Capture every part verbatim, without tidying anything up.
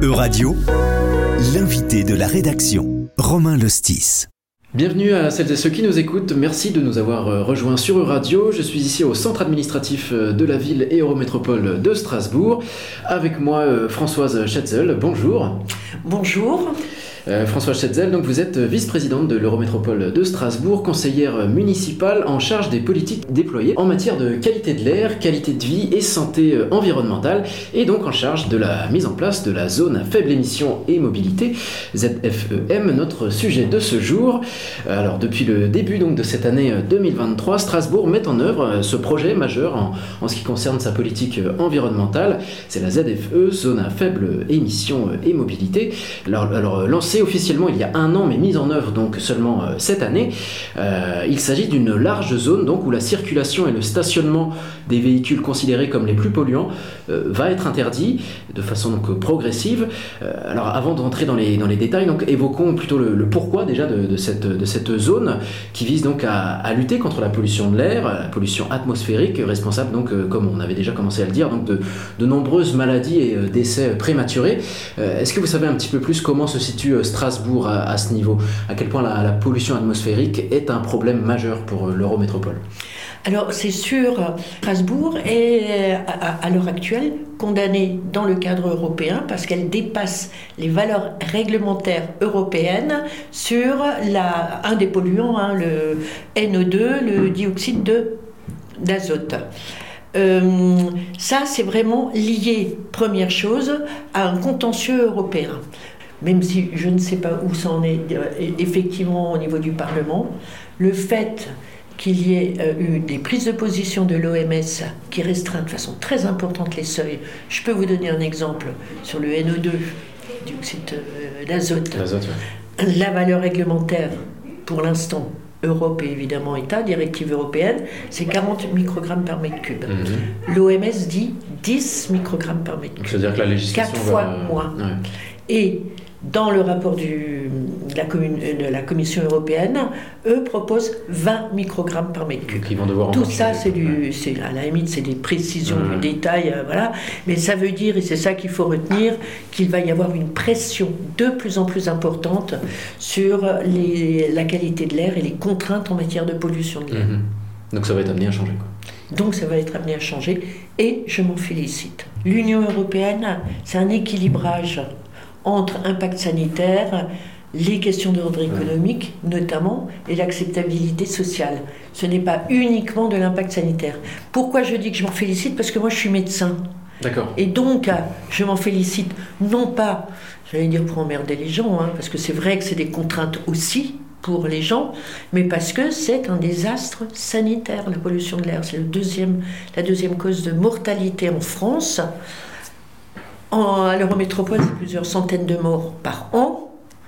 Euradio, l'invité de la rédaction, Romain Lostis. Bienvenue à celles et ceux qui nous écoutent, merci de nous avoir rejoints sur Euradio. Je suis ici au centre administratif de la ville et Eurométropole de Strasbourg. Avec moi Françoise Schetzel, bonjour. Bonjour. Euh, Françoise Schetzel, donc vous êtes vice-présidente de l'Eurométropole de Strasbourg, conseillère municipale en charge des politiques déployées en matière de qualité de l'air, qualité de vie et santé environnementale, et donc en charge de la mise en place de la zone à faible émission et mobilité, Z F E M, notre sujet de ce jour. Alors depuis le début donc, de cette année deux mille vingt-trois, Strasbourg met en œuvre ce projet majeur en, en ce qui concerne sa politique environnementale, c'est la Z F E, zone à faible émission et mobilité. Alors, alors lancé officiellement il y a un an mais mise en œuvre donc seulement euh, cette année. Euh, il s'agit d'une large zone donc où la circulation et le stationnement des véhicules considérés comme les plus polluants euh, va être interdit de façon donc progressive. Euh, alors avant d'entrer dans les, dans les détails, donc évoquons plutôt le, le pourquoi déjà de, de, cette, de cette zone qui vise donc à, à lutter contre la pollution de l'air, la pollution atmosphérique responsable donc euh, comme on avait déjà commencé à le dire donc de, de nombreuses maladies et euh, décès prématurés. Euh, est-ce que vous savez un petit peu plus comment se situe euh, Strasbourg à, à ce niveau, à quel point la, la pollution atmosphérique est un problème majeur pour l'Eurométropole? Alors c'est sûr, Strasbourg est à, à l'heure actuelle condamnée dans le cadre européen parce qu'elle dépasse les valeurs réglementaires européennes sur la, un des polluants, hein, le N O deux, le dioxyde de, d'azote. Euh, ça c'est vraiment lié, première chose, à un contentieux européen. Même si je ne sais pas où ça en est effectivement au niveau du Parlement, le fait qu'il y ait eu des prises de position de l'O M S qui restreignent de façon très importante les seuils. Je peux vous donner un exemple sur le N O deux, dioxyde d'azote. L'azote, ouais. La valeur réglementaire, pour l'instant, Europe et évidemment État, directive européenne, c'est quarante microgrammes par mètre cube. Mm-hmm. L'O M S dit dix microgrammes par mètre cube. C'est-à-dire que la législation quatre fois va... moins. Ouais. Et dans le rapport du, de, la commune, de la Commission européenne, eux proposent vingt microgrammes par mètre cube. Donc ils vont devoir Tout ça, c'est, du, ouais. c'est à la limite, c'est des précisions mmh. du détail, euh, voilà. Mais ça veut dire, et c'est ça qu'il faut retenir, qu'il va y avoir une pression de plus en plus importante sur les, la qualité de l'air et les contraintes en matière de pollution de l'air. Mmh. Donc ça va être amené à changer, quoi. Donc ça va être amené à changer, et je m'en félicite. L'Union européenne, c'est un équilibrage entre impact sanitaire, les questions d'ordre économique notamment, et l'acceptabilité sociale. Ce n'est pas uniquement de l'impact sanitaire. Pourquoi je dis que je m'en félicite? Parce que moi je suis médecin. D'accord. Et donc je m'en félicite, non pas, j'allais dire pour emmerder les gens, hein, parce que c'est vrai que c'est des contraintes aussi pour les gens, mais parce que c'est un désastre sanitaire, la pollution de l'air. C'est le deuxième, la deuxième cause de mortalité en France. En, à l'Eurométropole, c'est plusieurs centaines de morts par an.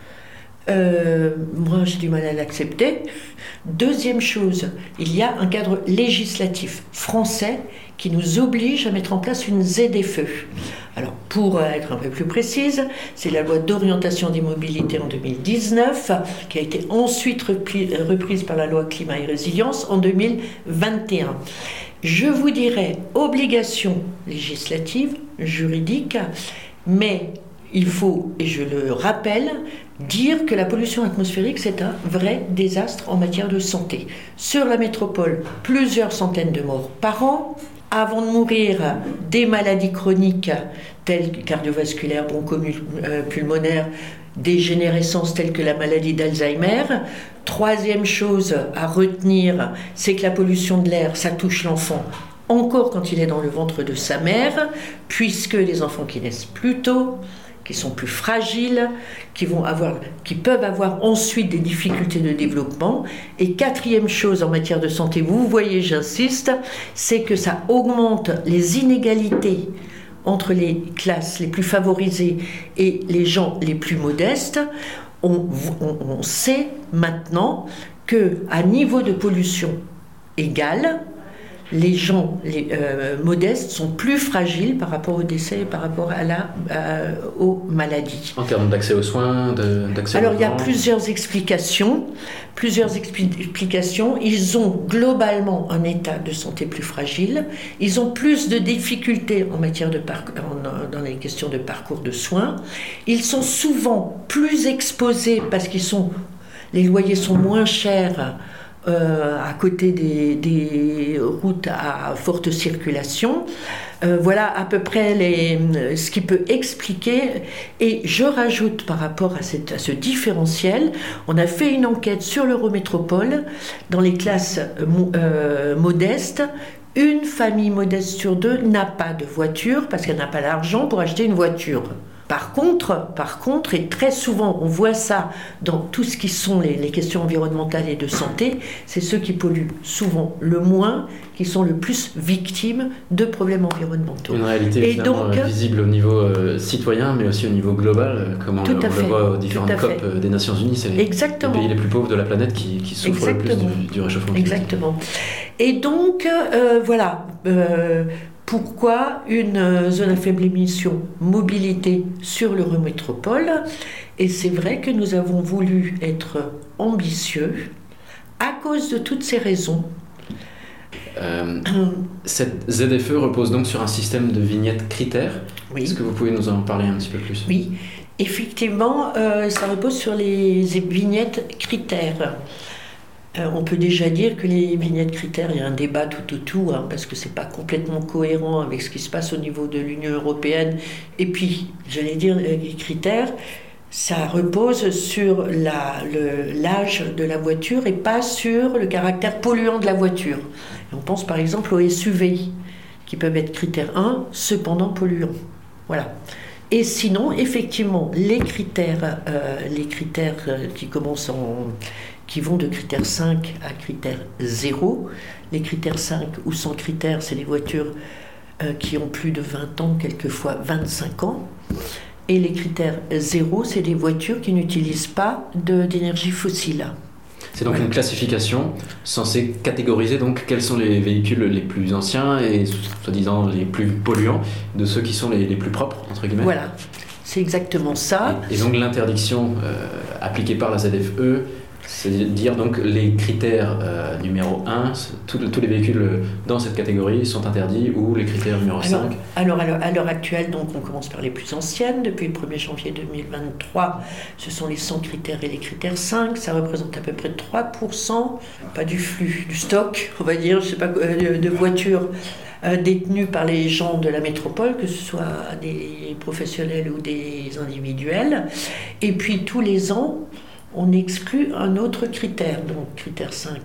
Euh, moi, j'ai du mal à l'accepter. Deuxième chose, il y a un cadre législatif français qui nous oblige à mettre en place une Z F E. Alors, pour être un peu plus précise, c'est la loi d'orientation des mobilités en deux mille dix-neuf, qui a été ensuite repli- reprise par la loi climat et résilience en deux mille vingt et un. Je vous dirais obligation législative, juridique, mais il faut, et je le rappelle, dire que la pollution atmosphérique, c'est un vrai désastre en matière de santé. Sur la métropole, plusieurs centaines de morts par an. Avant de mourir, des maladies chroniques telles que cardiovasculaires, bronchopulmonaires, dégénérescences telles que la maladie d'Alzheimer. Troisième chose à retenir, c'est que la pollution de l'air, ça touche l'enfant encore quand il est dans le ventre de sa mère, puisque les enfants qui naissent plus tôt, qui sont plus fragiles, qui, vont avoir, qui peuvent avoir ensuite des difficultés de développement. Et quatrième chose en matière de santé, vous voyez, j'insiste, c'est que ça augmente les inégalités entre les classes les plus favorisées et les gens les plus modestes. On, on, on sait maintenant qu'à niveau de pollution égal, les gens les, euh, modestes sont plus fragiles par rapport au décès et par rapport à la, euh, aux maladies. En termes d'accès aux soins, de, d'accès Alors aux il y a gens. plusieurs explications. Plusieurs expli- explications. Ils ont globalement un état de santé plus fragile. Ils ont plus de difficultés en matière de parcours, dans les questions de parcours de soins. Ils sont souvent plus exposés parce qu'ils sont, les loyers sont moins chers. Euh, à côté des, des routes à forte circulation. Euh, voilà à peu près les, ce qui peut expliquer. Et je rajoute par rapport à, cette, à ce différentiel, on a fait une enquête sur l'Eurométropole dans les classes euh, modestes. Une famille modeste sur deux n'a pas de voiture parce qu'elle n'a pas l'argent pour acheter une voiture. Par contre, par contre, et très souvent on voit ça dans tout ce qui sont les, les questions environnementales et de santé, c'est ceux qui polluent souvent le moins, qui sont le plus victimes de problèmes environnementaux. Une réalité et donc, visible au niveau euh, citoyen, mais aussi au niveau global, euh, comme on, on le voit aux différentes COP euh, des Nations Unies, c'est les, les pays les plus pauvres de la planète qui, qui souffrent Exactement. le plus du, du réchauffement climatique. Exactement. Et donc, euh, voilà... Euh, Pourquoi une zone à faible émission mobilité sur l'Eurométropole ? Et c'est vrai que nous avons voulu être ambitieux à cause de toutes ces raisons. Euh, cette Z F E repose donc sur un système de vignettes critères. Oui. Est-ce que vous pouvez nous en parler un petit peu plus ? Oui, effectivement, euh, ça repose sur les vignettes critères. Euh, on peut déjà dire que les vignettes critères, il y a un débat tout autour, hein, parce que c'est pas complètement cohérent avec ce qui se passe au niveau de l'Union européenne. Et puis, j'allais dire, les critères, ça repose sur la, le, l'âge de la voiture et pas sur le caractère polluant de la voiture. Et on pense par exemple aux S U V, qui peuvent être critère un, cependant polluants. Voilà. Et sinon, effectivement, les critères, euh, les critères qui commencent en... qui vont de critère cinq à critère zéro. Les critères cinq ou sans critères, c'est les voitures euh, qui ont plus de vingt ans, quelquefois vingt-cinq ans. Et les critères zéro, c'est des voitures qui n'utilisent pas de, d'énergie fossile. C'est donc une classification censée catégoriser donc quels sont les véhicules les plus anciens et soi-disant les plus polluants de ceux qui sont les, les plus propres, entre guillemets. Voilà, c'est exactement ça. Et, et donc l'interdiction euh, appliquée par la Z F E, c'est-à-dire donc les critères euh, numéro un, tous les véhicules dans cette catégorie sont interdits, ou les critères numéro alors, cinq. Alors, alors à l'heure actuelle, donc, on commence par les plus anciennes. Depuis le premier janvier deux mille vingt-trois, ce sont les cent critères et les critères cinq. Ça représente à peu près trois pour cent, pas du flux, du stock, on va dire, je sais pas, de, de voitures euh, détenues par les gens de la métropole, que ce soit des professionnels ou des individuels. Et puis tous les ans, on exclut un autre critère, donc critère cinq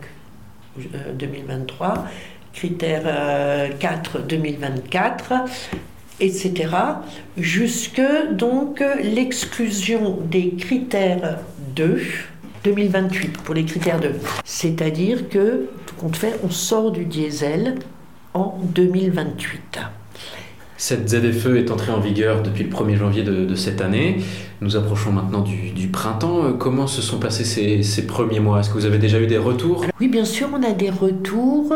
euh, deux mille vingt-trois, critère euh, quatre deux mille vingt-quatre, et cetera, jusque donc l'exclusion des critères deux deux mille vingt-huit pour les critères deux. C'est-à-dire que, tout compte fait, on sort du diesel en deux mille vingt-huit. Cette Z F E est entrée en vigueur depuis le premier janvier de, de cette année. Nous approchons maintenant du, du printemps. Comment se sont passés ces, ces premiers mois ? Est-ce que vous avez déjà eu des retours ? Oui, bien sûr, on a des retours,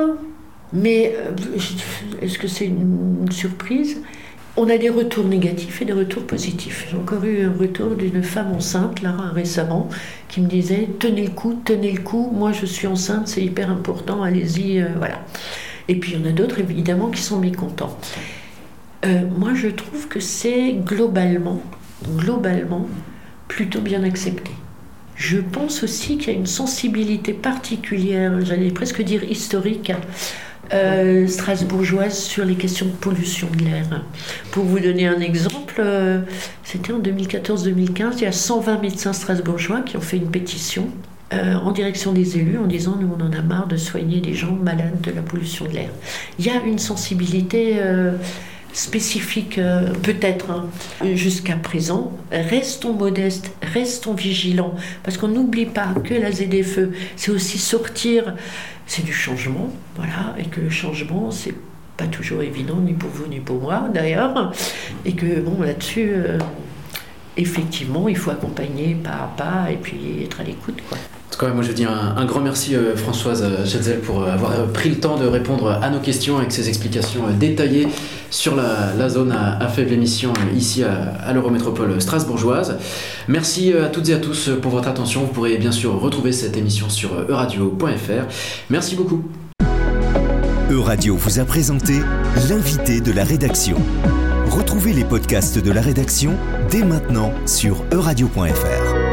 mais est-ce que c'est une surprise ? On a des retours négatifs et des retours positifs. J'ai encore eu un retour d'une femme enceinte, là, récemment, qui me disait « Tenez le coup, tenez le coup, moi je suis enceinte, c'est hyper important, allez-y, euh, voilà. » Et puis il y en a d'autres, évidemment, qui sont mécontents. Euh, moi, je trouve que c'est globalement, globalement, plutôt bien accepté. Je pense aussi qu'il y a une sensibilité particulière, j'allais presque dire historique, euh, strasbourgeoise sur les questions de pollution de l'air. Pour vous donner un exemple, euh, c'était en deux mille quatorze deux mille quinze, il y a cent vingt médecins strasbourgeois qui ont fait une pétition euh, en direction des élus en disant « Nous, on en a marre de soigner des gens malades de la pollution de l'air ». Il y a une sensibilité... Euh, spécifique euh, peut-être hein, jusqu'à présent. Restons modestes, restons vigilants, parce qu'on n'oublie pas que la Z F E, c'est aussi sortir, c'est du changement, voilà, et que le changement, c'est pas toujours évident, ni pour vous, ni pour moi, d'ailleurs, et que, bon, là-dessus, euh, effectivement, il faut accompagner pas à pas, et puis être à l'écoute, quoi. tout cas, moi je dis un, un grand merci euh, Françoise Schetzel pour euh, avoir euh, pris le temps de répondre à nos questions avec ses explications euh, détaillées sur la, la zone à, à faible émission euh, ici à, à l'Eurométropole strasbourgeoise. Merci euh, à toutes et à tous pour votre attention. Vous pourrez bien sûr retrouver cette émission sur euh, euradio point f r. Merci beaucoup. Euradio vous a présenté l'invité de la rédaction. Retrouvez les podcasts de la rédaction dès maintenant sur euradio point f r.